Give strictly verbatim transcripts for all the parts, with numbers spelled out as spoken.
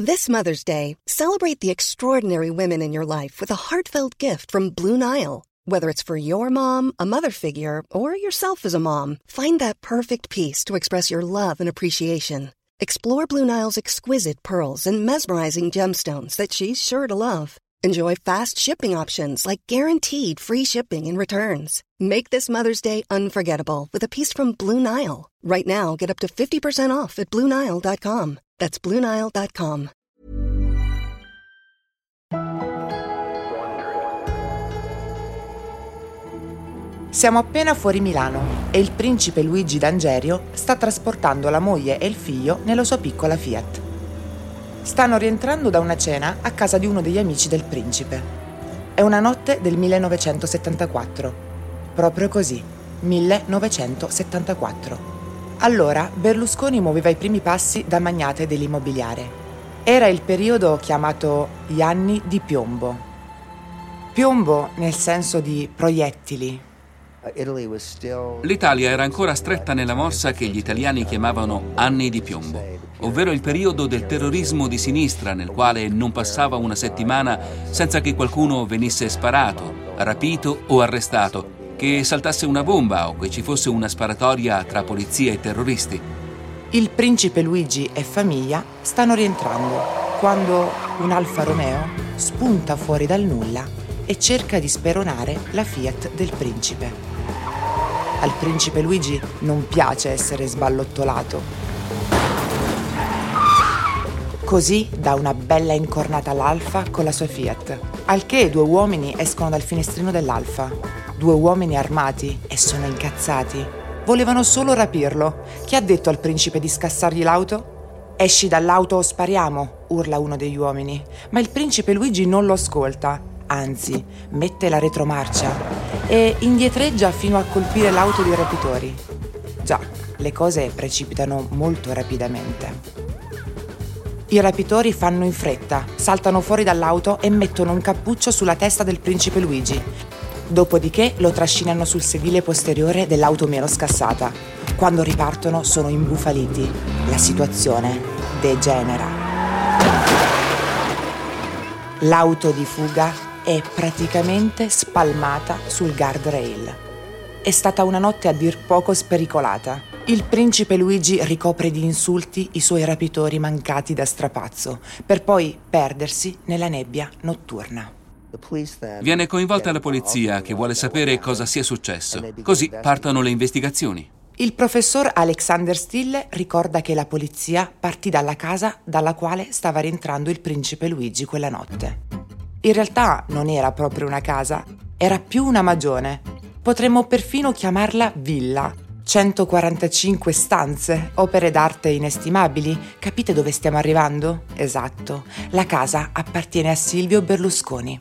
This Mother's Day, celebrate the extraordinary women in your life with a heartfelt gift from Blue Nile. Whether it's for your mom, a mother figure, or yourself as a mom, find that perfect piece to express your love and appreciation. Explore Blue Nile's exquisite pearls and mesmerizing gemstones that she's sure to love. Enjoy fast shipping options like guaranteed free shipping and returns. Make this Mother's Day unforgettable with a piece from Blue Nile. Right now, get up to fifty percent off at Blue Nile dot com. That's Blue Nile dot com. Siamo appena fuori Milano e il principe Luigi D'Angerio sta trasportando la moglie e il figlio nella sua piccola Fiat. Stanno rientrando da una cena a casa di uno degli amici del principe. È una notte del millenovecentosettantaquattro. Proprio così, millenovecentosettantaquattro. Allora Berlusconi muoveva i primi passi da magnate dell'immobiliare. Era il periodo chiamato gli anni di piombo. Piombo nel senso di proiettili. L'Italia era ancora stretta nella morsa che gli italiani chiamavano anni di piombo, ovvero il periodo del terrorismo di sinistra nel quale non passava una settimana senza che qualcuno venisse sparato, rapito o arrestato, che saltasse una bomba o che ci fosse una sparatoria tra polizia e terroristi. Il principe Luigi e famiglia stanno rientrando quando un Alfa Romeo spunta fuori dal nulla e cerca di speronare la Fiat del principe. Al principe Luigi non piace essere sballottolato. Così dà una bella incornata all'Alfa con la sua Fiat, al che due uomini escono dal finestrino dell'Alfa. Due uomini armati e sono incazzati. Volevano solo rapirlo. Chi ha detto al principe di scassargli l'auto? Esci dall'auto o spariamo, urla uno degli uomini. Ma il principe Luigi non lo ascolta. Anzi, mette la retromarcia e indietreggia fino a colpire l'auto dei rapitori. Già, le cose precipitano molto rapidamente. I rapitori fanno in fretta, saltano fuori dall'auto e mettono un cappuccio sulla testa del principe Luigi. Dopodiché lo trascinano sul sedile posteriore dell'auto meno scassata. Quando ripartono sono imbufaliti. La situazione degenera. L'auto di fuga è praticamente spalmata sul guardrail. È stata una notte a dir poco spericolata. Il principe Luigi ricopre di insulti i suoi rapitori mancati da strapazzo, per poi perdersi nella nebbia notturna. Viene coinvolta la polizia che vuole sapere cosa sia successo. Così partono le investigazioni. Il professor Alexander Stille ricorda che la polizia partì dalla casa dalla quale stava rientrando il principe Luigi quella notte. In realtà non era proprio una casa, era più una magione. Potremmo perfino chiamarla villa. centoquarantacinque stanze, opere d'arte inestimabili. Capite dove stiamo arrivando? Esatto, la casa appartiene a Silvio Berlusconi.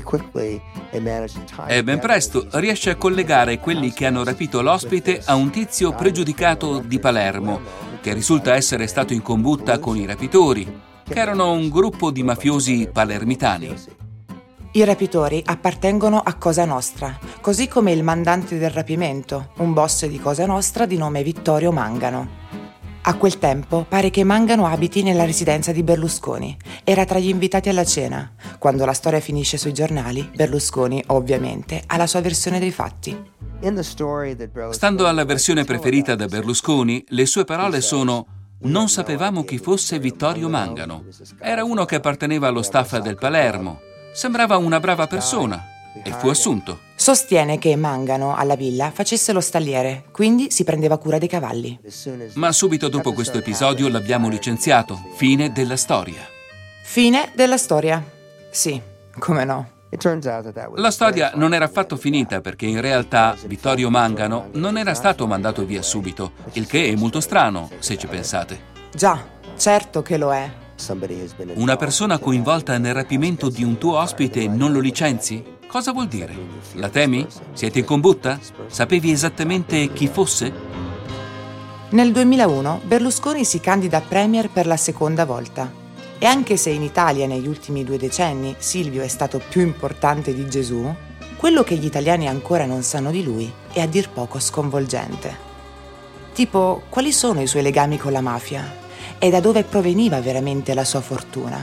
E ben presto riesce a collegare quelli che hanno rapito l'ospite a un tizio pregiudicato di Palermo, che risulta essere stato in combutta con i rapitori, che erano un gruppo di mafiosi palermitani. I rapitori appartengono a Cosa Nostra, così come il mandante del rapimento, un boss di Cosa Nostra di nome Vittorio Mangano. A quel tempo pare che Mangano abiti nella residenza di Berlusconi. Era tra gli invitati alla cena. Quando la storia finisce sui giornali, Berlusconi, ovviamente, ha la sua versione dei fatti. Stando alla versione preferita da Berlusconi, le sue parole sono: «Non sapevamo chi fosse Vittorio Mangano. Era uno che apparteneva allo staff del Palermo. Sembrava una brava persona e fu assunto». Sostiene che Mangano alla villa facesse lo stalliere, quindi si prendeva cura dei cavalli. Ma subito dopo questo episodio l'abbiamo licenziato. Fine della storia. Fine della storia. Sì, come no. La storia non era affatto finita perché in realtà Vittorio Mangano non era stato mandato via subito, il che è molto strano se ci pensate. Già, certo che lo è. Una persona coinvolta nel rapimento di un tuo ospite non lo licenzi? Cosa vuol dire? La temi? Siete in combutta? Sapevi esattamente chi fosse? Nel duemilauno Berlusconi si candida premier per la seconda volta. E anche se in Italia negli ultimi due decenni Silvio è stato più importante di Gesù, quello che gli italiani ancora non sanno di lui è a dir poco sconvolgente. Tipo, quali sono i suoi legami con la mafia? e da dove proveniva veramente la sua fortuna.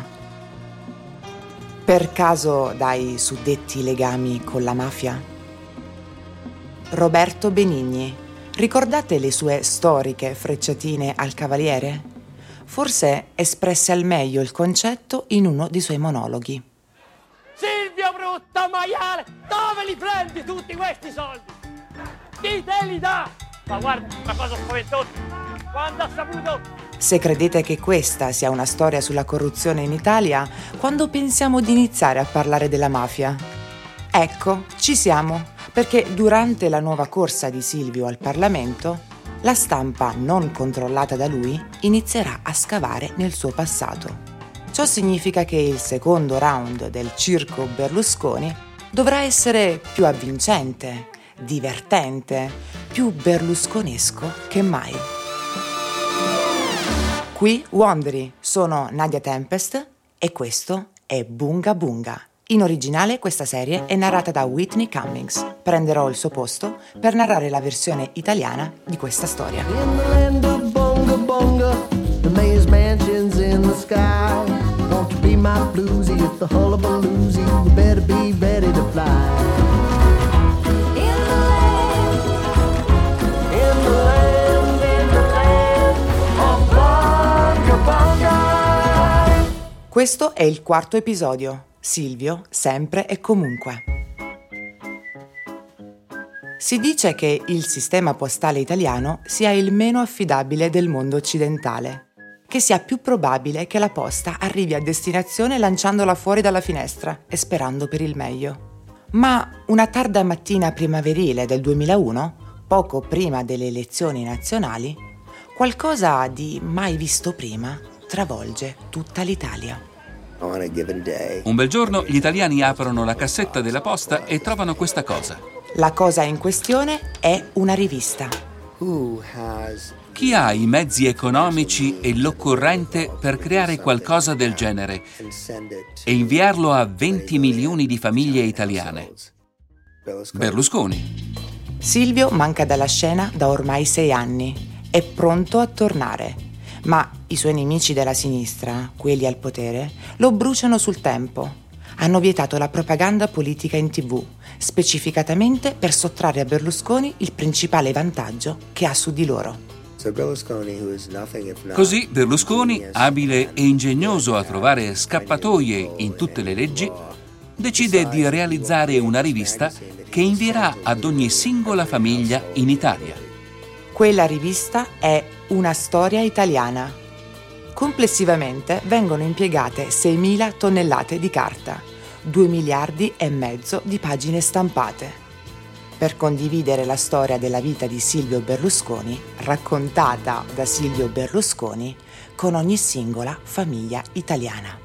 Per caso dai suddetti legami con la mafia? Roberto Benigni, ricordate le sue storiche frecciatine al Cavaliere? Forse espresse al meglio il concetto in uno dei suoi monologhi. Silvio brutto maiale, dove li prendi tutti questi soldi? Chi te li dà? Ma guarda, una cosa spaventosa, quando ha saputo... Se credete che questa sia una storia sulla corruzione in Italia, quando pensiamo di iniziare a parlare della mafia? Ecco, ci siamo, perché durante la nuova corsa di Silvio al Parlamento, la stampa non controllata da lui inizierà a scavare nel suo passato. Ciò significa che il secondo round del circo Berlusconi dovrà essere più avvincente, divertente, più berlusconesco che mai. Qui Wondery, sono Nadia Tempest e questo è Bunga Bunga. In originale questa serie è narrata da Whitney Cummings. Prenderò il suo posto per narrare la versione italiana di questa storia. In the land of bonga bonga, the mayor's mansion's in the sky. Won't you be my bluesy at the hullabaloozy? You better be ready to fly. Questo è il quarto episodio. Silvio, sempre e comunque. Si dice che il sistema postale italiano sia il meno affidabile del mondo occidentale, che sia più probabile che la posta arrivi a destinazione lanciandola fuori dalla finestra e sperando per il meglio. Ma una tarda mattina primaverile del duemilauno, poco prima delle elezioni nazionali, qualcosa di mai visto prima travolge tutta l'Italia. Un bel giorno gli italiani aprono la cassetta della posta e trovano questa cosa. La cosa in questione è una rivista. Chi ha i mezzi economici e l'occorrente per creare qualcosa del genere e inviarlo a venti milioni di famiglie italiane? Berlusconi. Silvio manca dalla scena da ormai sei anni. È pronto a tornare. Ma i suoi nemici della sinistra, quelli al potere, lo bruciano sul tempo. Hanno vietato la propaganda politica in tivù, specificatamente per sottrarre a Berlusconi il principale vantaggio che ha su di loro. Così Berlusconi, abile e ingegnoso a trovare scappatoie in tutte le leggi, decide di realizzare una rivista che invierà ad ogni singola famiglia in Italia. Quella rivista è Una storia italiana. Complessivamente vengono impiegate seimila tonnellate di carta, due miliardi e mezzo di pagine stampate, per condividere la storia della vita di Silvio Berlusconi, raccontata da Silvio Berlusconi, con ogni singola famiglia italiana.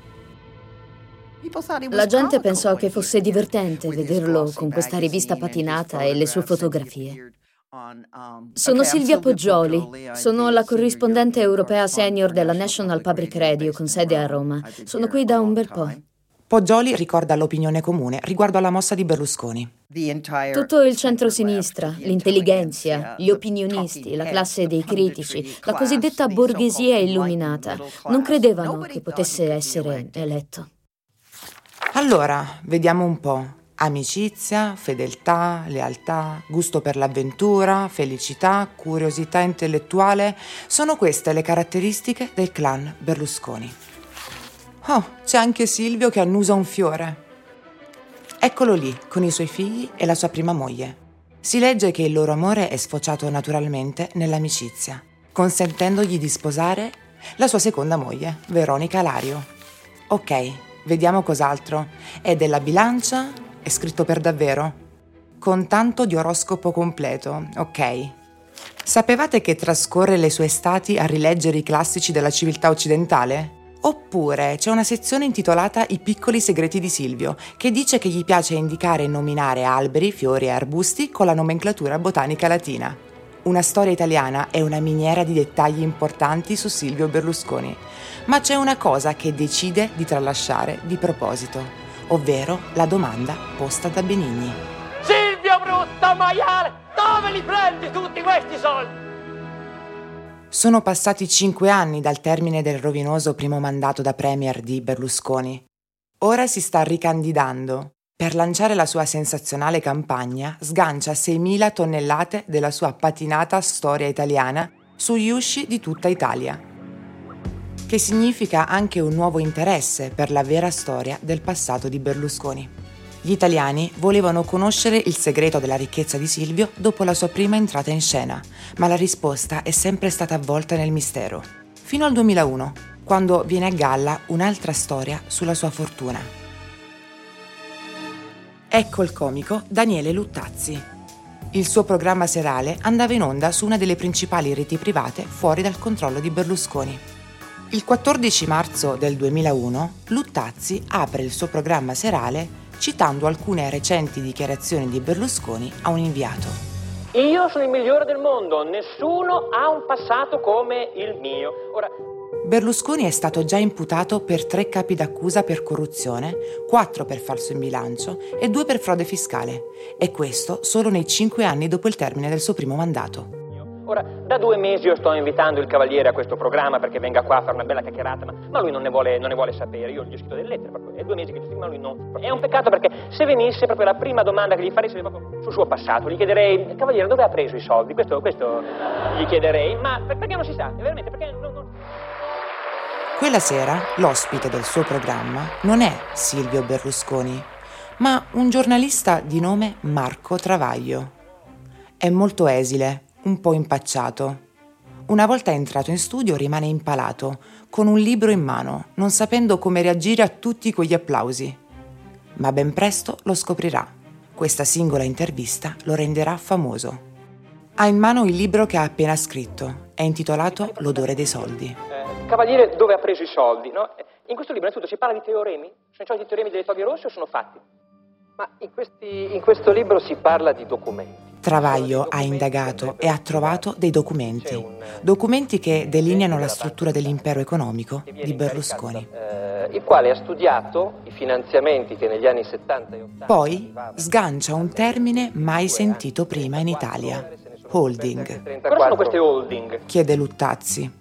La gente pensò che fosse divertente vederlo con questa rivista patinata e le sue fotografie. Sono Silvia Poggioli, sono la corrispondente europea senior della National Public Radio con sede a Roma. Sono qui da un bel po'. Poggioli ricorda l'opinione comune riguardo alla mossa di Berlusconi. Tutto il centro-sinistra, l'intelligenza, gli opinionisti, la classe dei critici, la cosiddetta borghesia illuminata, non credevano che potesse essere eletto. Allora, vediamo un po'. Amicizia, fedeltà, lealtà, gusto per l'avventura, felicità, curiosità intellettuale, sono queste le caratteristiche del clan Berlusconi. Oh, c'è anche Silvio che annusa un fiore. Eccolo lì, con i suoi figli e la sua prima moglie. Si legge che il loro amore è sfociato naturalmente nell'amicizia, consentendogli di sposare la sua seconda moglie, Veronica Lario. Ok, vediamo cos'altro. È della bilancia? È scritto per davvero? Con tanto di oroscopo completo, ok. Sapevate che trascorre le sue estati a rileggere i classici della civiltà occidentale? Oppure c'è una sezione intitolata I piccoli segreti di Silvio, che dice che gli piace indicare e nominare alberi, fiori e arbusti con la nomenclatura botanica latina. Una storia italiana è una miniera di dettagli importanti su Silvio Berlusconi, ma c'è una cosa che decide di tralasciare di proposito, ovvero la domanda posta da Benigni. Silvio brutto maiale, dove li prendi tutti questi soldi? Sono passati cinque anni dal termine del rovinoso primo mandato da premier di Berlusconi. Ora si sta ricandidando. Per lanciare la sua sensazionale campagna, sgancia seimila tonnellate della sua patinata storia italiana sugli usci di tutta Italia. Che significa anche un nuovo interesse per la vera storia del passato di Berlusconi. Gli italiani volevano conoscere il segreto della ricchezza di Silvio dopo la sua prima entrata in scena, ma la risposta è sempre stata avvolta nel mistero. Fino al duemilauno, quando viene a galla un'altra storia sulla sua fortuna. Ecco il comico Daniele Luttazzi. Il suo programma serale andava in onda su una delle principali reti private fuori dal controllo di Berlusconi. Il quattordici marzo del duemilauno, Luttazzi apre il suo programma serale citando alcune recenti dichiarazioni di Berlusconi a un inviato. Io sono il migliore del mondo, nessuno ha un passato come il mio. Ora... Berlusconi è stato già imputato per tre capi d'accusa per corruzione, quattro per falso in bilancio e due per frode fiscale. E questo solo nei cinque anni dopo il termine del suo primo mandato. Ora, da due mesi io sto invitando il Cavaliere a questo programma perché venga qua a fare una bella chiacchierata, ma, ma lui non ne, vuole, non ne vuole sapere. Io gli ho scritto delle lettere, proprio, è due mesi che gli scrivo, ma lui non. È un peccato perché se venisse, proprio la prima domanda che gli farei sarebbe proprio sul suo passato. Gli chiederei, Cavaliere, dove ha preso i soldi? Questo, questo gli chiederei, ma perché non si sa? Veramente, perché non... non... Quella sera, l'ospite del suo programma non è Silvio Berlusconi, ma un giornalista di nome Marco Travaglio. È molto esile, un po' impacciato. Una volta entrato in studio rimane impalato, con un libro in mano, non sapendo come reagire a tutti quegli applausi. Ma ben presto lo scoprirà. Questa singola intervista lo renderà famoso. Ha in mano il libro che ha appena scritto. È intitolato L'odore dei soldi. Eh, Cavaliere, dove ha preso i soldi? No? In questo libro innanzitutto si parla di teoremi? Sono cioè di teoremi delle toghe rosse o sono fatti? Ma in, questi, in questo libro si parla di documenti. Travaglio ha indagato e ha trovato dei documenti, documenti che delineano la struttura dell'impero economico di Berlusconi. Eh, il quale ha studiato i finanziamenti che negli anni settanta e ottanta... Poi sgancia un termine mai sentito prima in Italia, holding. Cosa sono queste holding? Chiede Luttazzi.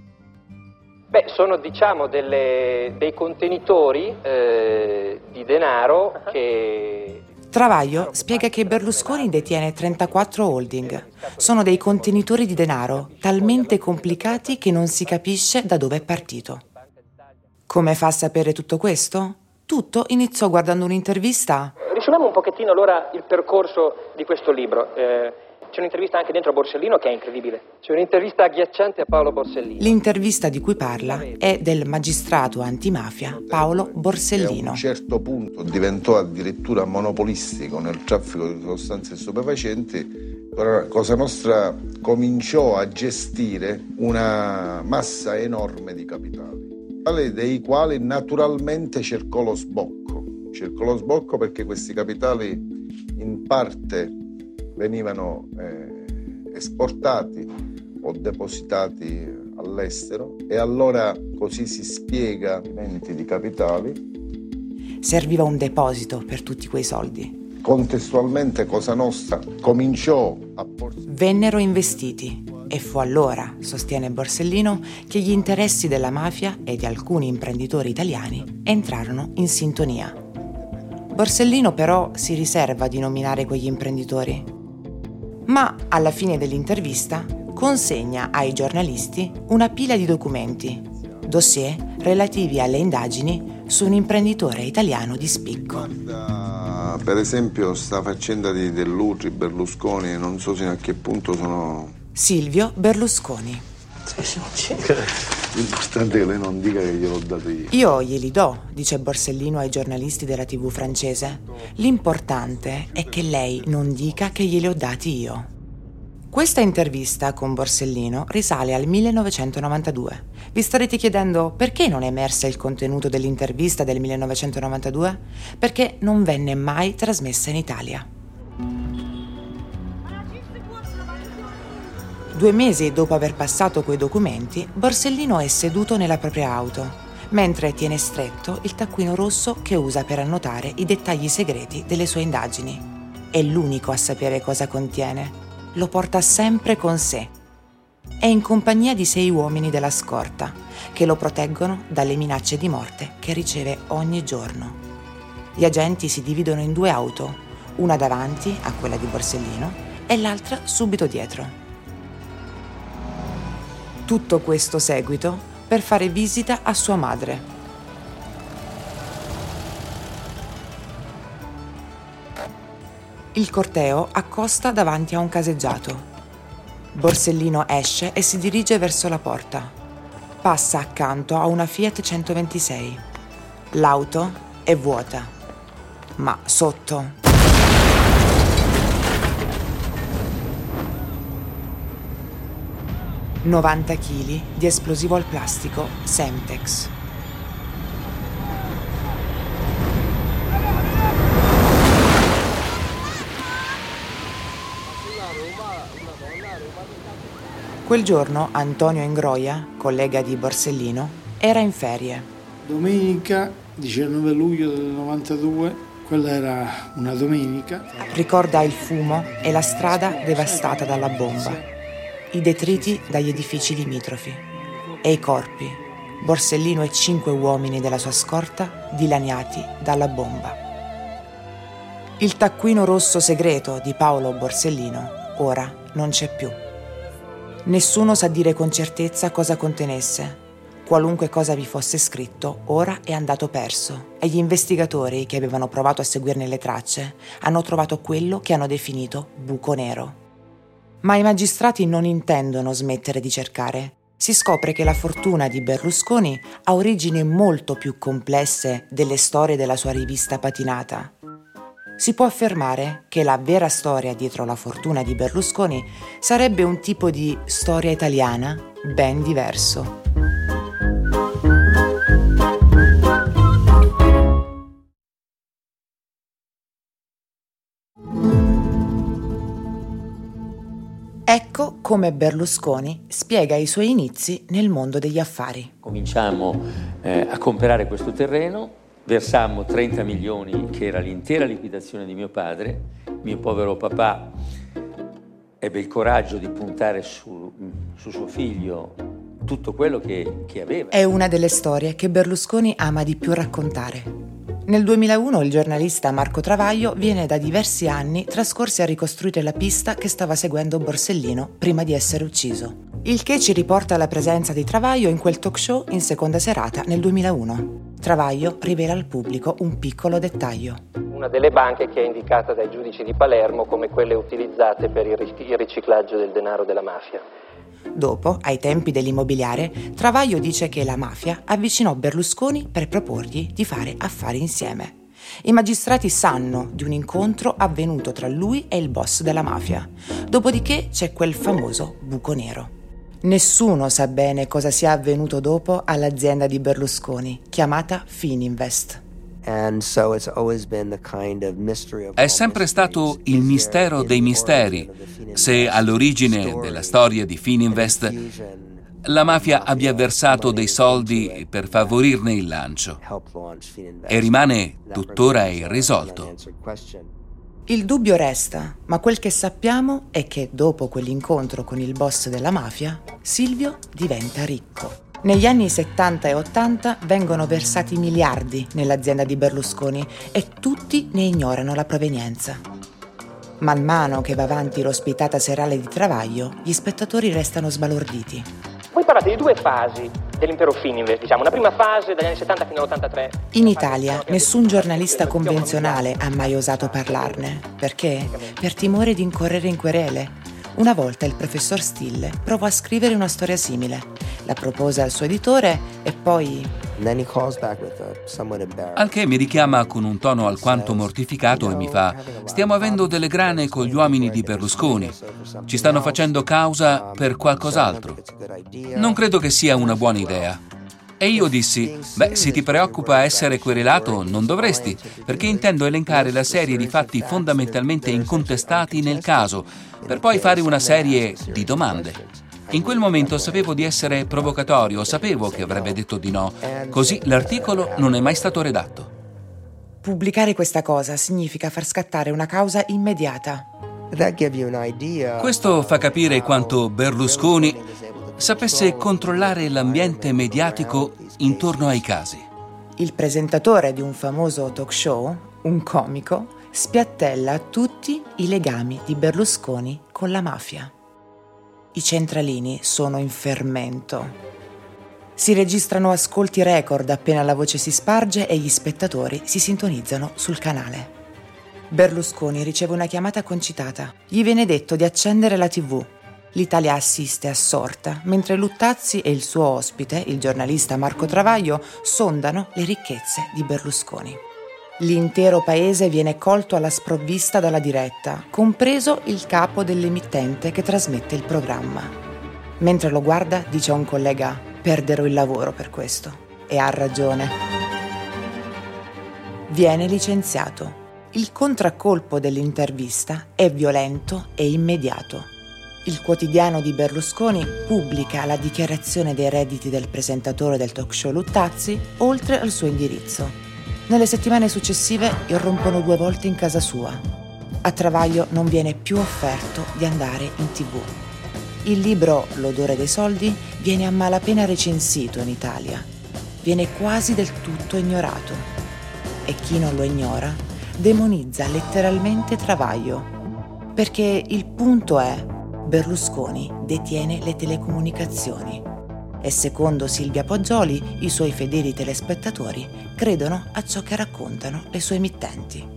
Beh, sono diciamo delle, dei contenitori eh, di denaro che... Travaglio spiega che Berlusconi detiene trentaquattro holding. Sono dei contenitori di denaro talmente complicati che non si capisce da dove è partito. Come fa a sapere tutto questo? Tutto iniziò guardando un'intervista. Riassumiamo un pochettino allora il percorso di questo libro. Eh, c'è un'intervista anche dentro a Borsellino che è incredibile. C'è un'intervista agghiacciante a Paolo Borsellino. L'intervista di cui parla è del magistrato antimafia Paolo Borsellino. A un certo punto diventò addirittura monopolistico nel traffico di sostanze stupefacenti. Cosa Nostra cominciò a gestire una massa enorme di capitali, dei quali naturalmente cercò lo sbocco. Cercò lo sbocco perché questi capitali in parte venivano eh, esportati o depositati all'estero e allora così si spiega i movimenti di capitali. Serviva un deposito per tutti quei soldi. Contestualmente Cosa Nostra cominciò a porsi... Vennero investiti e fu allora, sostiene Borsellino, che gli interessi della mafia e di alcuni imprenditori italiani entrarono in sintonia. Borsellino però si riserva di nominare quegli imprenditori. Ma alla fine dell'intervista consegna ai giornalisti una pila di documenti, dossier relativi alle indagini su un imprenditore italiano di spicco. Guarda, per esempio sta faccenda di Dell'Utri, Berlusconi, non so fino a che punto sono... Silvio Berlusconi. L'importante è che lei non dica che gliel'ho dato io. Io glieli do, dice Borsellino ai giornalisti della tivù francese. L'importante è che lei non dica che glieli ho dati io. Questa intervista con Borsellino risale al millenovecentonovantadue. Vi starete chiedendo perché non è emersa il contenuto dell'intervista del millenovecentonovantadue? Perché non venne mai trasmessa in Italia. Due mesi dopo aver passato quei documenti, Borsellino è seduto nella propria auto, mentre tiene stretto il taccuino rosso che usa per annotare i dettagli segreti delle sue indagini. È l'unico a sapere cosa contiene. Lo porta sempre con sé. è in compagnia di sei uomini della scorta che lo proteggono dalle minacce di morte che riceve ogni giorno. Gli agenti si dividono in due auto, una davanti a quella di Borsellino e l'altra subito dietro. Tutto questo seguito per fare visita a sua madre. Il corteo accosta davanti a un caseggiato. Borsellino esce e si dirige verso la porta. Passa accanto a una Fiat centoventisei. L'auto è vuota, ma sotto novanta chili di esplosivo al plastico Semtex. Quel giorno Antonio Ingroia, collega di Borsellino, era in ferie. Domenica diciannove luglio del novantadue, quella era una domenica. Ricorda il fumo e la strada devastata dalla bomba, i detriti dagli edifici limitrofi e i corpi, Borsellino e cinque uomini della sua scorta dilaniati dalla bomba. Il taccuino rosso segreto di Paolo Borsellino ora non c'è più. Nessuno sa dire con certezza cosa contenesse. Qualunque cosa vi fosse scritto, ora è andato perso e gli investigatori che avevano provato a seguirne le tracce hanno trovato quello che hanno definito buco nero. Ma i magistrati non intendono smettere di cercare. Si scopre che la fortuna di Berlusconi ha origini molto più complesse delle storie della sua rivista patinata. Si può affermare che la vera storia dietro la fortuna di Berlusconi sarebbe un tipo di storia italiana ben diverso. Ecco come Berlusconi spiega i suoi inizi nel mondo degli affari. Cominciamo eh, a comprare questo terreno. Versammo trenta milioni, che era l'intera liquidazione di mio padre. Mio povero papà ebbe il coraggio di puntare su, su suo figlio tutto quello che, che aveva. È una delle storie che Berlusconi ama di più raccontare. Nel duemilauno il giornalista Marco Travaglio viene da diversi anni trascorsi a ricostruire la pista che stava seguendo Borsellino prima di essere ucciso. Il che ci riporta alla presenza di Travaglio in quel talk show in seconda serata nel duemilauno. Travaglio rivela al pubblico un piccolo dettaglio. Una delle banche che è indicata dai giudici di Palermo come quelle utilizzate per il riciclaggio del denaro della mafia. Dopo, ai tempi dell'immobiliare, Travaglio dice che la mafia avvicinò Berlusconi per proporgli di fare affari insieme. I magistrati sanno di un incontro avvenuto tra lui e il boss della mafia. Dopodiché c'è quel famoso buco nero. Nessuno sa bene cosa sia avvenuto dopo all'azienda di Berlusconi, chiamata Fininvest. È sempre stato il mistero dei misteri se all'origine della storia di Fininvest la mafia abbia versato dei soldi per favorirne il lancio e rimane tuttora irrisolto. Il dubbio resta, ma quel che sappiamo è che dopo quell'incontro con il boss della mafia, Silvio diventa ricco. Negli anni settanta e ottanta vengono versati miliardi nell'azienda di Berlusconi e tutti ne ignorano la provenienza. Man mano che va avanti l'ospitata serale di Travaglio, gli spettatori restano sbalorditi. Voi parlate di due fasi dell'impero Fininvest, diciamo, una prima fase dagli anni settanta fino all'ottantatré. In Italia nessun giornalista convenzionale ha mai osato parlarne. Perché? Per timore di incorrere in querele. Una volta il professor Stille provò a scrivere una storia simile. La propose al suo editore e poi... Al che mi richiama con un tono alquanto mortificato e mi fa: stiamo avendo delle grane con gli uomini di Berlusconi. Ci stanno facendo causa per qualcos'altro. Non credo che sia una buona idea. E io dissi: beh, se ti preoccupa essere querelato, non dovresti, perché intendo elencare la serie di fatti fondamentalmente incontestati nel caso, per poi fare una serie di domande. In quel momento sapevo di essere provocatorio, sapevo che avrebbe detto di no, così l'articolo non è mai stato redatto. Pubblicare questa cosa significa far scattare una causa immediata. Questo fa capire quanto Berlusconi sapesse controllare l'ambiente mediatico intorno ai casi. Il presentatore di un famoso talk show, un comico, spiattella tutti i legami di Berlusconi con la mafia. I centralini sono in fermento. Si registrano ascolti record appena la voce si sparge e gli spettatori si sintonizzano sul canale. Berlusconi riceve una chiamata concitata. Gli viene detto di accendere la tivù. L'Italia assiste assorta, mentre Luttazzi e il suo ospite, il giornalista Marco Travaglio, sondano le ricchezze di Berlusconi. L'intero paese viene colto alla sprovvista dalla diretta, compreso il capo dell'emittente che trasmette il programma. Mentre lo guarda, dice a un collega: «Perderò il lavoro per questo». E ha ragione. Viene licenziato. Il contraccolpo dell'intervista è violento e immediato. Il quotidiano di Berlusconi pubblica la dichiarazione dei redditi del presentatore del talk show Luttazzi, oltre al suo indirizzo. Nelle settimane successive irrompono due volte in casa sua. A Travaglio non viene più offerto di andare in tivù. Il libro L'odore dei soldi viene a malapena recensito in Italia. Viene quasi del tutto ignorato. E chi non lo ignora demonizza letteralmente Travaglio. Perché il punto è: Berlusconi detiene le telecomunicazioni e secondo Silvia Poggioli i suoi fedeli telespettatori credono a ciò che raccontano le sue emittenti.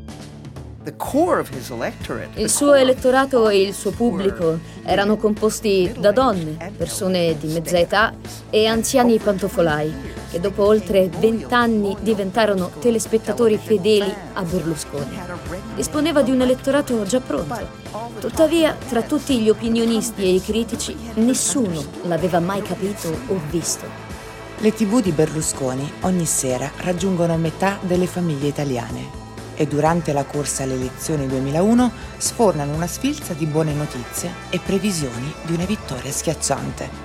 Il suo elettorato e il suo pubblico erano composti da donne, persone di mezza età e anziani pantofolai, che dopo oltre vent'anni diventarono telespettatori fedeli a Berlusconi. Disponeva di un elettorato già pronto. Tuttavia, tra tutti gli opinionisti e i critici, nessuno l'aveva mai capito o visto. Le tivù di Berlusconi ogni sera raggiungono metà delle famiglie italiane e durante la corsa alle elezioni duemilauno sfornano una sfilza di buone notizie e previsioni di una vittoria schiacciante.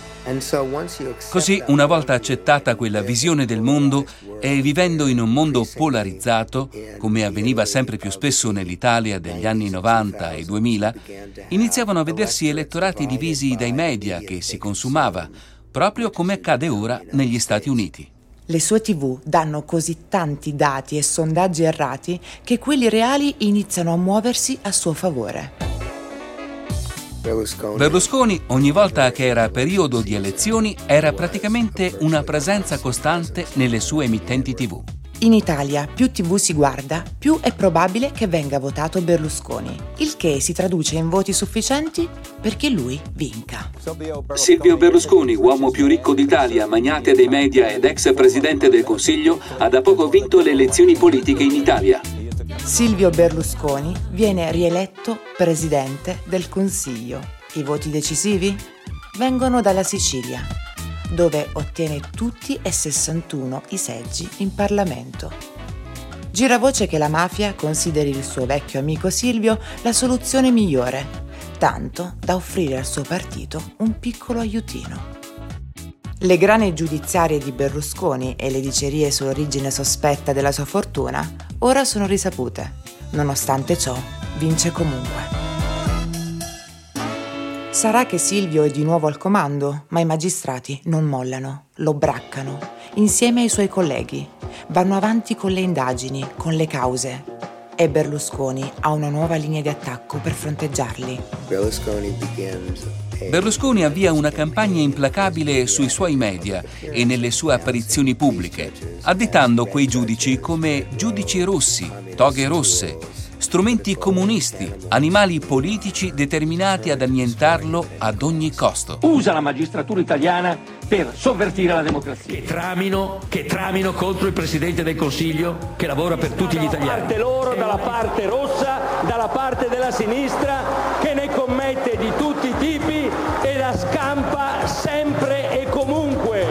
Così, una volta accettata quella visione del mondo e vivendo in un mondo polarizzato, come avveniva sempre più spesso nell'Italia degli anni novanta e duemila, iniziavano a vedersi elettorati divisi dai media che si consumava, proprio come accade ora negli Stati Uniti. Le sue tivù danno così tanti dati e sondaggi errati che quelli reali iniziano a muoversi a suo favore. Berlusconi, ogni volta che era periodo di elezioni, era praticamente una presenza costante nelle sue emittenti tivù. In Italia più tivù si guarda, più è probabile che venga votato Berlusconi, il che si traduce in voti sufficienti perché lui vinca. Silvio Berlusconi, uomo più ricco d'Italia, magnate dei media ed ex presidente del Consiglio, ha da poco vinto le elezioni politiche in Italia. Silvio Berlusconi viene rieletto presidente del Consiglio. I voti decisivi vengono dalla Sicilia, dove ottiene tutti e sessantuno i seggi in Parlamento. Gira voce che la mafia consideri il suo vecchio amico Silvio la soluzione migliore, tanto da offrire al suo partito un piccolo aiutino. Le grane giudiziarie di Berlusconi e le dicerie sull'origine sospetta della sua fortuna ora sono risapute. Nonostante ciò, vince comunque. Sarà che Silvio è di nuovo al comando, ma i magistrati non mollano, lo braccano, insieme ai suoi colleghi. Vanno avanti con le indagini, con le cause. E Berlusconi ha una nuova linea di attacco per fronteggiarli. Berlusconi begins Berlusconi avvia una campagna implacabile sui suoi media e nelle sue apparizioni pubbliche, additando quei giudici come giudici rossi, toghe rosse, strumenti comunisti, animali politici determinati ad annientarlo ad ogni costo. Usa la magistratura italiana per sovvertire la democrazia. Che tramino, che tramino contro il Presidente del Consiglio che lavora per tutti gli italiani. Dalla parte loro, dalla parte rossa, dalla parte della sinistra che ne commette di tutti i tipi e la scampa sempre e comunque.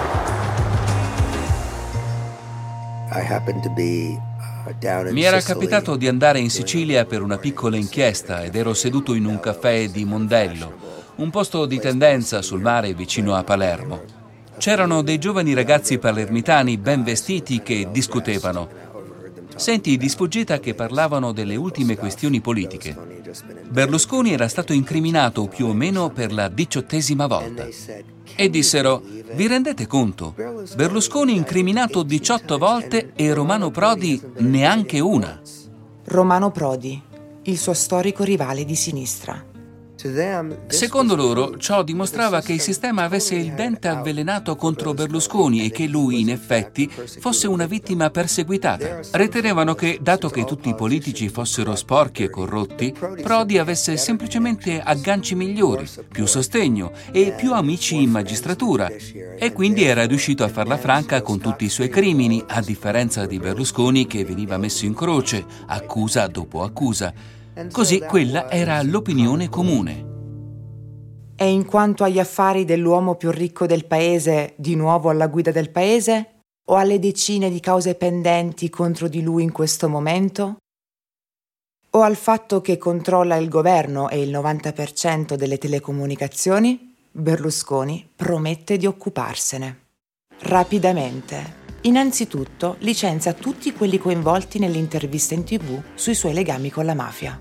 I happen to be Mi era capitato di andare in Sicilia per una piccola inchiesta ed ero seduto in un caffè di Mondello, un posto di tendenza sul mare vicino a Palermo. C'erano dei giovani ragazzi palermitani ben vestiti che discutevano. Senti di sfuggita che parlavano delle ultime questioni politiche. Berlusconi era stato incriminato più o meno per la diciottesima volta. E dissero: vi rendete conto? Berlusconi incriminato diciotto volte e Romano Prodi neanche una. Romano Prodi, il suo storico rivale di sinistra. Secondo loro, ciò dimostrava che il sistema avesse il dente avvelenato contro Berlusconi e che lui, in effetti, fosse una vittima perseguitata. Ritenevano che, dato che tutti i politici fossero sporchi e corrotti, Prodi avesse semplicemente agganci migliori, più sostegno e più amici in magistratura, e quindi era riuscito a farla franca con tutti i suoi crimini, a differenza di Berlusconi che veniva messo in croce, accusa dopo accusa. Così quella era l'opinione comune. E in quanto agli affari dell'uomo più ricco del paese, di nuovo alla guida del paese? O alle decine di cause pendenti contro di lui in questo momento? O al fatto che controlla il governo e il novanta per cento delle telecomunicazioni? Berlusconi promette di occuparsene. Rapidamente. Innanzitutto licenzia tutti quelli coinvolti nell'intervista in tivù sui suoi legami con la mafia.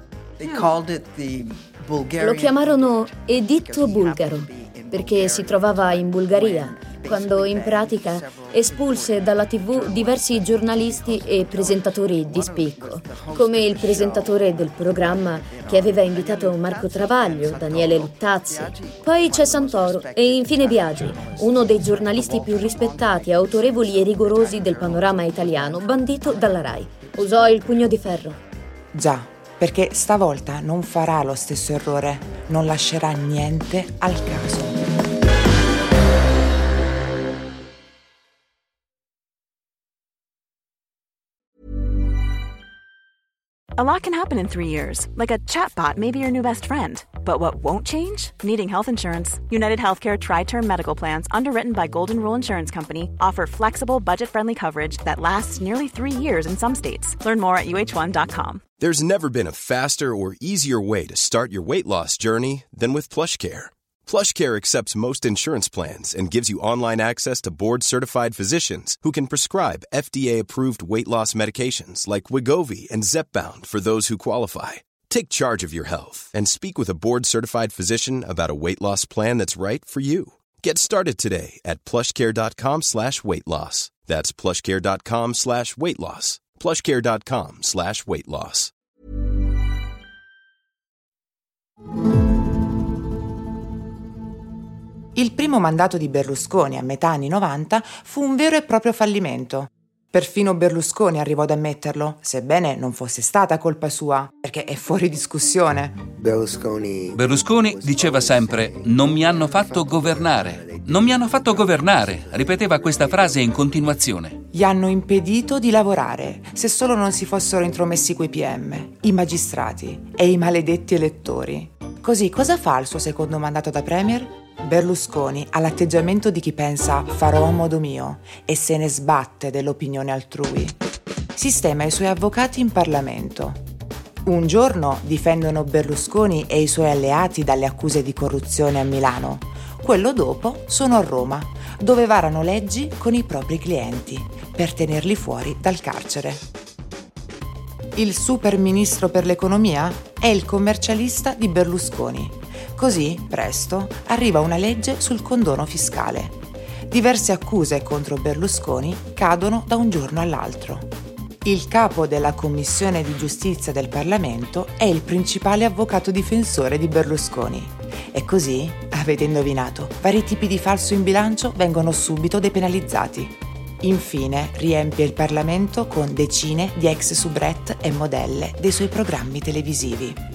Lo chiamarono editto bulgaro perché si trovava in Bulgaria, quando in pratica espulse dalla tivù diversi giornalisti e presentatori di spicco, come il presentatore del programma che aveva invitato Marco Travaglio, Daniele Luttazzi. Poi c'è Santoro e infine Biagi, uno dei giornalisti più rispettati, autorevoli e rigorosi del panorama italiano, bandito dalla Rai. Usò il pugno di ferro. Già, perché stavolta non farà lo stesso errore, non lascerà niente al caso. A lot can happen in three years, like a chatbot may be your new best friend. But what won't change? Needing health insurance. United Healthcare Tri-Term Medical Plans, underwritten by Golden Rule Insurance Company, offer flexible, budget-friendly coverage that lasts nearly three years in some states. Learn more at U H one dot com. There's never been a faster or easier way to start your weight loss journey than with PlushCare. PlushCare accepts most insurance plans and gives you online access to board-certified physicians who can prescribe F D A-approved weight loss medications like Wegovy and Zepbound for those who qualify. Take charge of your health and speak with a board-certified physician about a weight loss plan that's right for you. Get started today at plushcare.com slash weight loss. That's plushcare.com slash weight loss. plushcare.com slash weight loss. Il primo mandato di Berlusconi a metà anni novanta fu un vero e proprio fallimento. Perfino Berlusconi arrivò ad ammetterlo, sebbene non fosse stata colpa sua, perché è fuori discussione. Berlusconi... Berlusconi diceva sempre: non mi hanno fatto governare, non mi hanno fatto governare, ripeteva questa frase in continuazione. Gli hanno impedito di lavorare, se solo non si fossero intromessi quei P M, i magistrati e i maledetti elettori. Così cosa fa il suo secondo mandato da premier? Berlusconi ha l'atteggiamento di chi pensa farò a modo mio e se ne sbatte dell'opinione altrui. Sistema i suoi avvocati in Parlamento. Un giorno difendono Berlusconi e i suoi alleati dalle accuse di corruzione a Milano. Quello dopo sono a Roma, dove varano leggi con i propri clienti per tenerli fuori dal carcere. Il super ministro per l'economia è il commercialista di Berlusconi. Così, presto, arriva una legge sul condono fiscale. Diverse accuse contro Berlusconi cadono da un giorno all'altro. Il capo della Commissione di Giustizia del Parlamento è il principale avvocato difensore di Berlusconi. E così, avete indovinato, vari tipi di falso in bilancio vengono subito depenalizzati. Infine, riempie il Parlamento con decine di ex soubrette e modelle dei suoi programmi televisivi.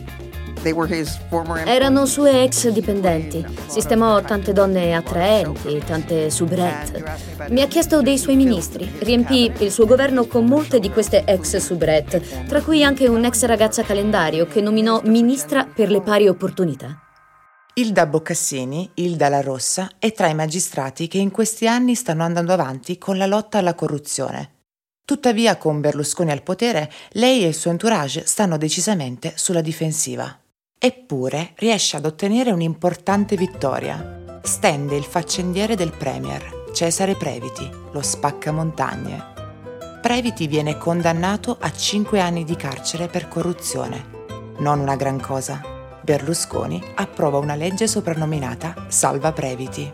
Erano sue ex dipendenti. Sistemò tante donne attraenti, tante soubrette. Mi ha chiesto dei suoi ministri. Riempì il suo governo con molte di queste ex soubrette, tra cui anche un'ex ragazza calendario che nominò ministra per le pari opportunità. Ilda Boccassini, Ilda La Rossa, è tra i magistrati che in questi anni stanno andando avanti con la lotta alla corruzione. Tuttavia, con Berlusconi al potere, lei e il suo entourage stanno decisamente sulla difensiva. Eppure riesce ad ottenere un'importante vittoria. Stende il faccendiere del premier, Cesare Previti, lo spaccamontagne. Previti viene condannato a cinque anni di carcere per corruzione. Non una gran cosa. Berlusconi approva una legge soprannominata Salva Previti.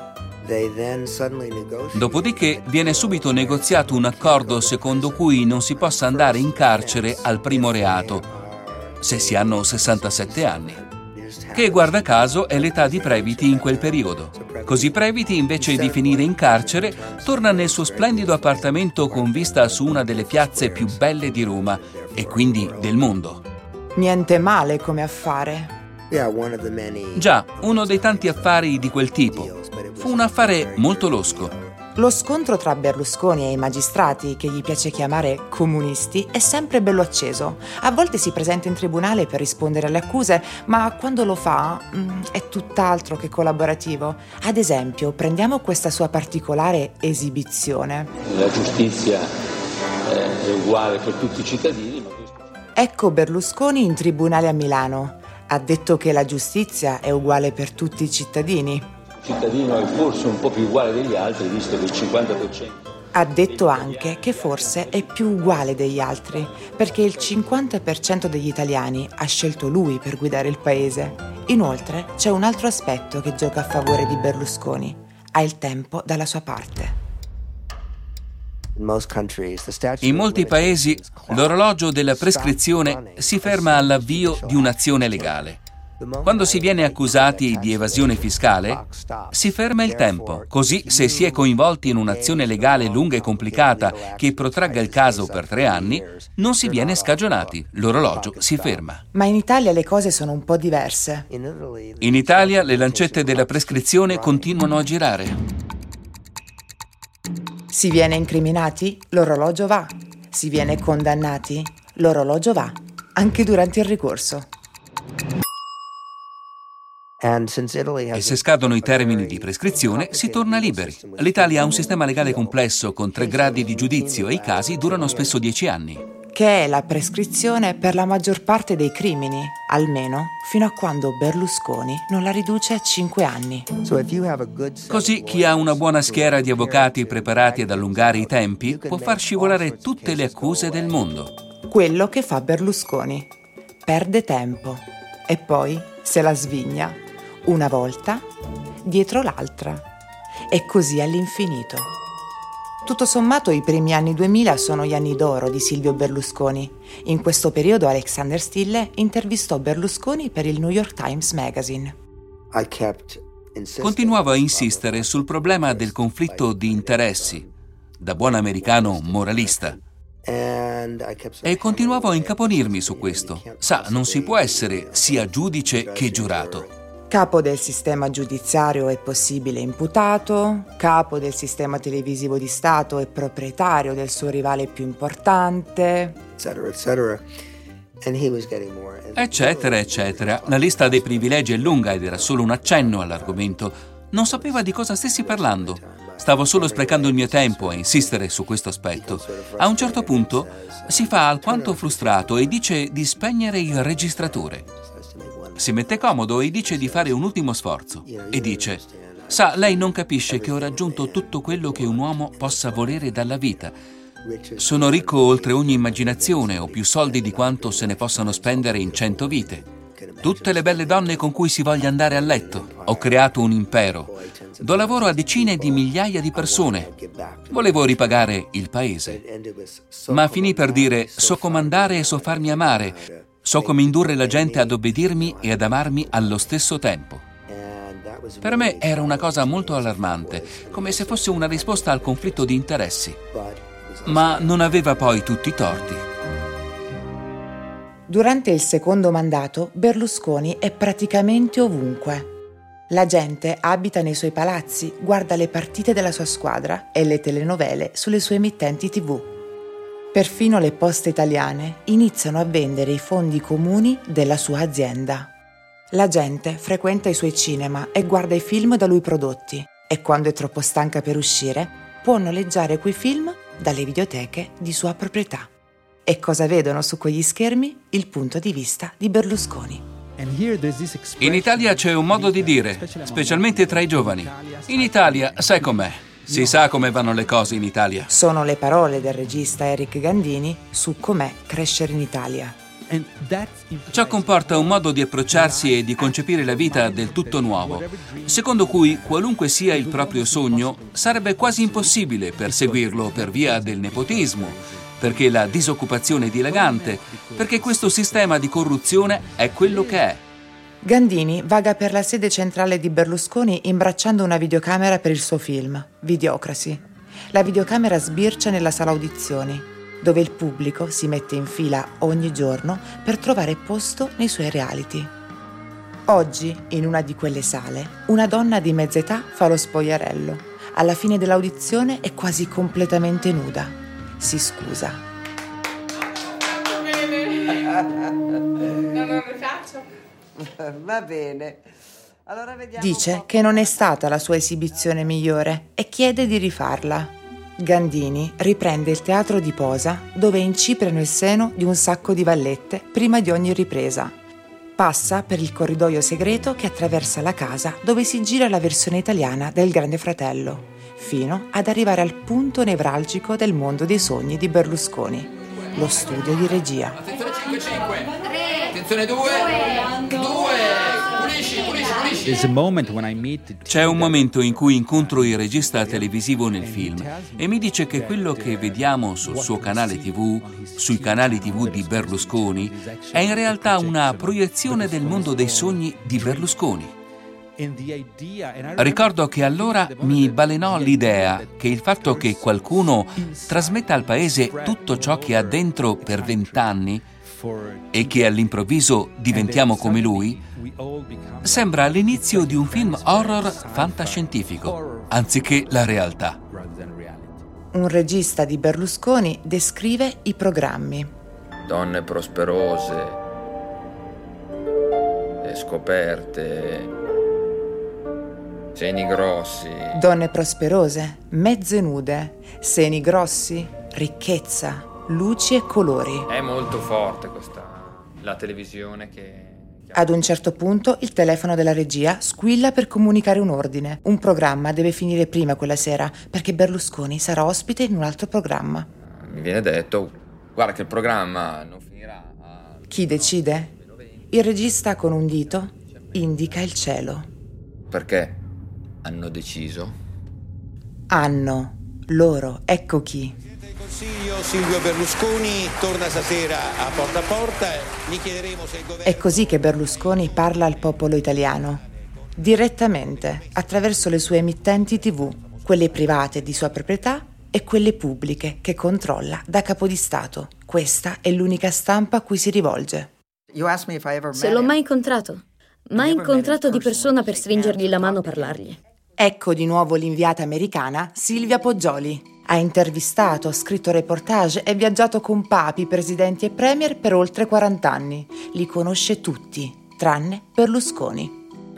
Dopodiché viene subito negoziato un accordo secondo cui non si possa andare in carcere al primo reato, se si hanno sessantasette anni, che guarda caso è l'età di Previti in quel periodo. Così Previti, invece di finire in carcere, torna nel suo splendido appartamento con vista su una delle piazze più belle di Roma e quindi del mondo. Niente male come affare. Già, uno dei tanti affari di quel tipo. Fu un affare molto losco. Lo scontro tra Berlusconi e i magistrati, che gli piace chiamare comunisti, è sempre bello acceso. A volte si presenta in tribunale per rispondere alle accuse, ma quando lo fa mm, è tutt'altro che collaborativo. Ad esempio, prendiamo questa sua particolare esibizione. La giustizia è uguale per tutti i cittadini. Ma questo... Ecco Berlusconi in tribunale a Milano. Ha detto che la giustizia è uguale per tutti i cittadini. Il cittadino è forse un po' più uguale degli altri, visto che il cinquanta per cento... Ha detto anche che forse è più uguale degli altri, perché il cinquanta per cento degli italiani ha scelto lui per guidare il paese. Inoltre c'è un altro aspetto che gioca a favore di Berlusconi. Ha il tempo dalla sua parte. In molti paesi l'orologio della prescrizione si ferma all'avvio di un'azione legale. Quando si viene accusati di evasione fiscale, si ferma il tempo. Così, se si è coinvolti in un'azione legale lunga e complicata che protragga il caso per tre anni, non si viene scagionati. L'orologio si ferma. Ma in Italia le cose sono un po' diverse. In Italia le lancette della prescrizione continuano a girare. Si viene incriminati, l'orologio va. Si viene condannati, l'orologio va. Anche durante il ricorso. E se scadono i termini di prescrizione, si torna liberi. L'Italia ha un sistema legale complesso con tre gradi di giudizio e i casi durano spesso dieci anni. Che è la prescrizione per la maggior parte dei crimini, almeno fino a quando Berlusconi non la riduce a cinque anni. Così chi ha una buona schiera di avvocati preparati ad allungare i tempi può far scivolare tutte le accuse del mondo. Quello che fa Berlusconi. Perde tempo e poi se la svigna. Una volta, dietro l'altra, e così all'infinito. Tutto sommato i primi anni duemila sono gli anni d'oro di Silvio Berlusconi. In questo periodo Alexander Stille intervistò Berlusconi per il New York Times Magazine. Continuavo a insistere sul problema del conflitto di interessi, da buon americano moralista. E continuavo a incaponirmi su questo. Sa, non si può essere sia giudice che giurato. Capo del sistema giudiziario e possibile imputato, capo del sistema televisivo di Stato e proprietario del suo rivale più importante, eccetera, eccetera. Eccetera, eccetera. La lista dei privilegi è lunga ed era solo un accenno all'argomento. Non sapeva di cosa stessi parlando. Stavo solo sprecando il mio tempo a insistere su questo aspetto. A un certo punto si fa alquanto frustrato e dice di spegnere il registratore. Si mette comodo e dice di fare un ultimo sforzo. E dice: sa, lei non capisce che ho raggiunto tutto quello che un uomo possa volere dalla vita. Sono ricco oltre ogni immaginazione, ho più soldi di quanto se ne possano spendere in cento vite. Tutte le belle donne con cui si voglia andare a letto. Ho creato un impero. Do lavoro a decine di migliaia di persone. Volevo ripagare il paese. Ma finì per dire: so comandare e so farmi amare. So come indurre la gente ad obbedirmi e ad amarmi allo stesso tempo. Per me era una cosa molto allarmante, come se fosse una risposta al conflitto di interessi. Ma non aveva poi tutti i torti. Durante il secondo mandato, Berlusconi è praticamente ovunque. La gente abita nei suoi palazzi, guarda le partite della sua squadra e le telenovele sulle sue emittenti tivù. Perfino le poste italiane iniziano a vendere i fondi comuni della sua azienda. La gente frequenta i suoi cinema e guarda i film da lui prodotti e quando è troppo stanca per uscire può noleggiare quei film dalle videoteche di sua proprietà. E cosa vedono su quegli schermi? Il punto di vista di Berlusconi. In Italia c'è un modo di dire, specialmente tra i giovani. In Italia, sai com'è? Si sa come vanno le cose in Italia. Sono le parole del regista Eric Gandini su com'è crescere in Italia. Ciò comporta un modo di approcciarsi e di concepire la vita del tutto nuovo, secondo cui qualunque sia il proprio sogno sarebbe quasi impossibile perseguirlo per via del nepotismo, perché la disoccupazione è dilagante, perché questo sistema di corruzione è quello che è. Gandini vaga per la sede centrale di Berlusconi imbracciando una videocamera per il suo film, Videocracy. La videocamera sbircia nella sala audizioni, dove il pubblico si mette in fila ogni giorno per trovare posto nei suoi reality. Oggi, in una di quelle sale, una donna di mezza età fa lo spogliarello. Alla fine dell'audizione è quasi completamente nuda. Si scusa. Non lo faccio. Va bene. Allora vediamo. Dice che non è stata la sua esibizione migliore e chiede di rifarla. Gandini riprende il teatro di posa dove incipriano il seno di un sacco di vallette prima di ogni ripresa. Passa per il corridoio segreto che attraversa la casa dove si gira la versione italiana del Grande Fratello, fino ad arrivare al punto nevralgico del mondo dei sogni di Berlusconi, lo studio di regia. Attenzione cinque cinque. Attenzione due. due. Pulisci, pulisci, pulisci. C'è un momento in cui incontro il regista televisivo nel film e mi dice che quello che vediamo sul suo canale tivù, sui canali tivù di Berlusconi, è in realtà una proiezione del mondo dei sogni di Berlusconi. Ricordo che allora mi balenò l'idea che il fatto che qualcuno trasmetta al paese tutto ciò che ha dentro per vent'anni e che all'improvviso diventiamo come lui, sembra l'inizio di un film horror fantascientifico, anziché la realtà. Un regista di Berlusconi descrive i programmi. Donne prosperose, e scoperte, seni grossi. Donne prosperose, mezze nude, seni grossi, ricchezza, luci e colori. È molto forte questa, la televisione che... Ad un certo punto il telefono della regia squilla per comunicare un ordine. Un programma deve finire prima quella sera perché Berlusconi sarà ospite in un altro programma. Mi viene detto, guarda che il programma non finirà. A... Chi decide? Il regista con un dito indica il cielo. Perché hanno deciso? Hanno, loro, ecco chi. Consiglio Silvio Berlusconi torna stasera a Porta a Porta. Gli chiederemo se il governo... È così che Berlusconi parla al popolo italiano, direttamente, attraverso le sue emittenti tivù, quelle private di sua proprietà e quelle pubbliche che controlla da capo di Stato. Questa è l'unica stampa a cui si rivolge. Se l'ho mai incontrato, mai incontrato di persona per stringergli la mano o parlargli. Ecco di nuovo l'inviata americana Silvia Poggioli. Ha intervistato, scritto reportage e viaggiato con papi, presidenti e premier per oltre quaranta anni. Li conosce tutti, tranne Berlusconi.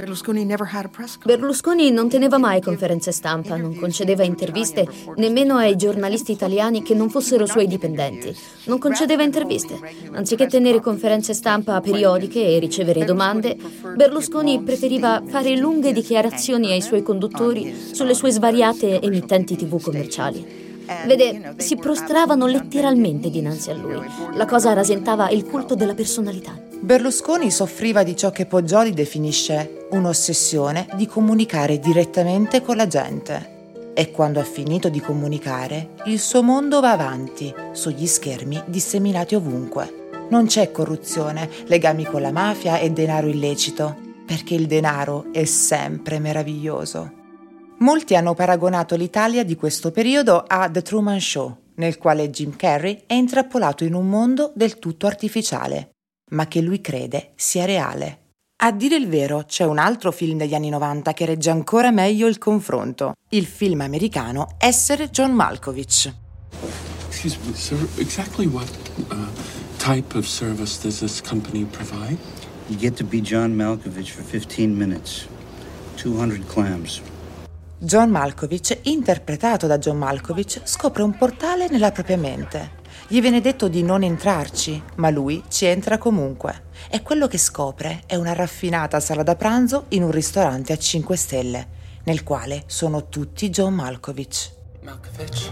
Berlusconi non teneva mai conferenze stampa, non concedeva interviste nemmeno ai giornalisti italiani che non fossero suoi dipendenti. Non concedeva interviste. Anziché tenere conferenze stampa periodiche e ricevere domande, Berlusconi preferiva fare lunghe dichiarazioni ai suoi conduttori sulle sue svariate emittenti tivù commerciali. Vede, si prostravano letteralmente dinanzi a lui. La cosa rasentava il culto della personalità. Berlusconi soffriva di ciò che Poggioli definisce un'ossessione di comunicare direttamente con la gente. E quando ha finito di comunicare, il suo mondo va avanti, sugli schermi disseminati ovunque. Non c'è corruzione, legami con la mafia e denaro illecito, perché il denaro è sempre meraviglioso. Molti hanno paragonato l'Italia di questo periodo a The Truman Show, nel quale Jim Carrey è intrappolato in un mondo del tutto artificiale, ma che lui crede sia reale. A dire il vero, c'è un altro film degli anni novanta che regge ancora meglio il confronto, il film americano Essere John Malkovich. Excuse me, sir, exactly what uh, type of service does this company provide? You get to be John Malkovich for fifteen minutes. two hundred clams. John Malkovich, interpretato da John Malkovich, scopre un portale nella propria mente. Gli viene detto di non entrarci, ma lui ci entra comunque. E quello che scopre è una raffinata sala da pranzo in un ristorante a cinque stelle. nel quale sono tutti John Malkovich. Malkovich.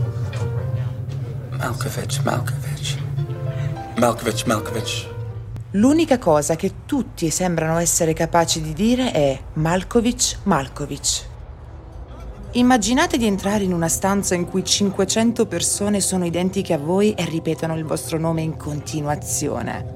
Malkovich, Malkovich. Malkovich, Malkovich. L'unica cosa che tutti sembrano essere capaci di dire è Malkovich, Malkovich. Immaginate di entrare in una stanza in cui cinquecento persone sono identiche a voi e ripetono il vostro nome in continuazione.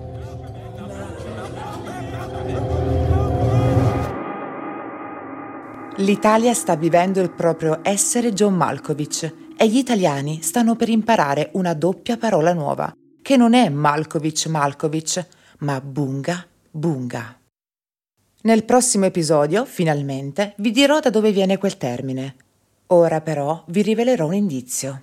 L'Italia sta vivendo il proprio essere John Malkovich e gli italiani stanno per imparare una doppia parola nuova, che non è Malkovich Malkovich, ma Bunga Bunga. Nel prossimo episodio, finalmente, vi dirò da dove viene quel termine. Ora però vi rivelerò un indizio.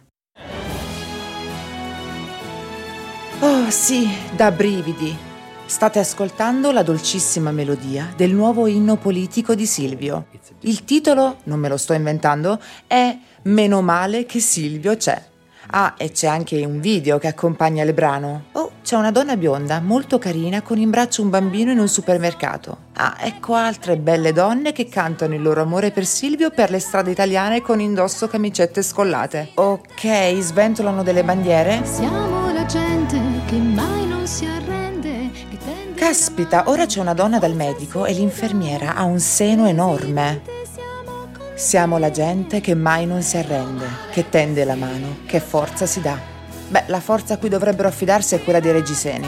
Oh sì, da brividi! State ascoltando la dolcissima melodia del nuovo inno politico di Silvio. Il titolo, non me lo sto inventando, è Meno male che Silvio c'è. Ah, e c'è anche un video che accompagna il brano. Oh, c'è una donna bionda, molto carina, con in braccio un bambino in un supermercato. Ah, ecco altre belle donne che cantano il loro amore per Silvio per le strade italiane con indosso camicette scollate. Ok, sventolano delle bandiere. Siamo la gente che mai non si arrende. Che tende... Caspita, ora c'è una donna dal medico e l'infermiera ha un seno enorme. Siamo la gente che mai non si arrende, che tende la mano, che forza si dà. Beh, la forza a cui dovrebbero affidarsi è quella dei reggiseni.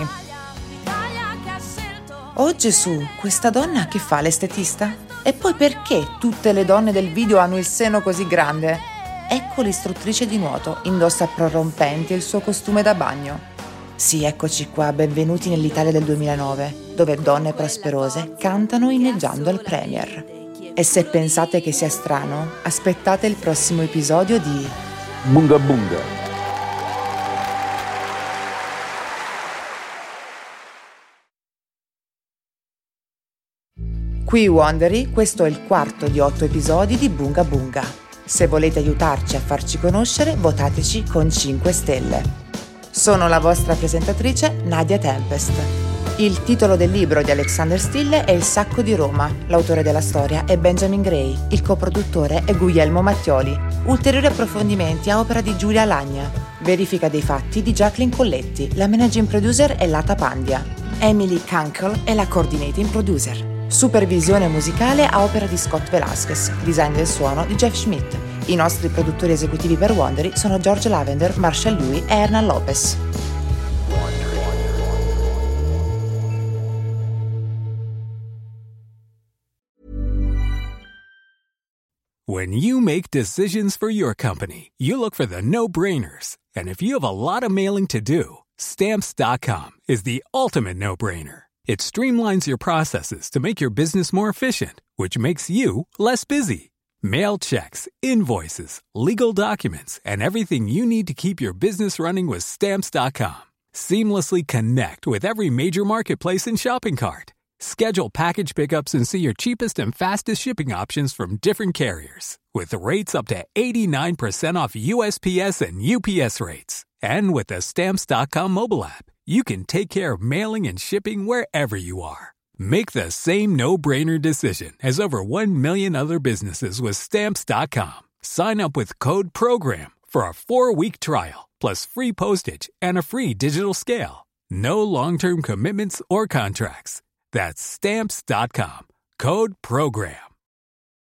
Oh Gesù, questa donna che fa, l'estetista? E poi perché tutte le donne del video hanno il seno così grande? Ecco l'istruttrice di nuoto, indossa prorompenti e il suo costume da bagno. Sì, eccoci qua, benvenuti nell'Italia del duemilanove, dove donne prosperose cantano inneggiando al Premier. E se pensate che sia strano, aspettate il prossimo episodio di Bunga Bunga. Qui Wondery, questo è il quarto di otto episodi di Bunga Bunga. Se volete aiutarci a farci conoscere, votateci con cinque stelle. Sono la vostra presentatrice Nadia Tempest. Il titolo del libro di Alexander Stille è Il sacco di Roma. L'autore della storia è Benjamin Gray. Il coproduttore è Guglielmo Mattioli. Ulteriori approfondimenti a opera di Giulia Lagna. Verifica dei fatti di Jacqueline Colletti. La managing producer è Lata Pandia. Emily Kunkel è la coordinating producer. Supervisione musicale a opera di Scott Velasquez. Design del suono di Jeff Schmidt. I nostri produttori esecutivi per Wondery sono George Lavender, Marshall Lui e Hernan Lopez. When you make decisions for your company, you look for the no-brainers. And if you have a lot of mailing to do, Stamps dot com is the ultimate no-brainer. It streamlines your processes to make your business more efficient, which makes you less busy. Mail checks, invoices, legal documents, and everything you need to keep your business running with Stamps dot com. Seamlessly connect with every major marketplace and shopping cart. Schedule package pickups and see your cheapest and fastest shipping options from different carriers, with rates up to eighty-nine percent off U S P S and U P S rates. And with the Stamps dot com mobile app, you can take care of mailing and shipping wherever you are. Make the same no-brainer decision as over one million other businesses with Stamps dot com. Sign up with code PROGRAM for a four-week trial, plus free postage and a free digital scale. No long-term commitments or contracts. That's Stamps dot com. Code PROGRAM.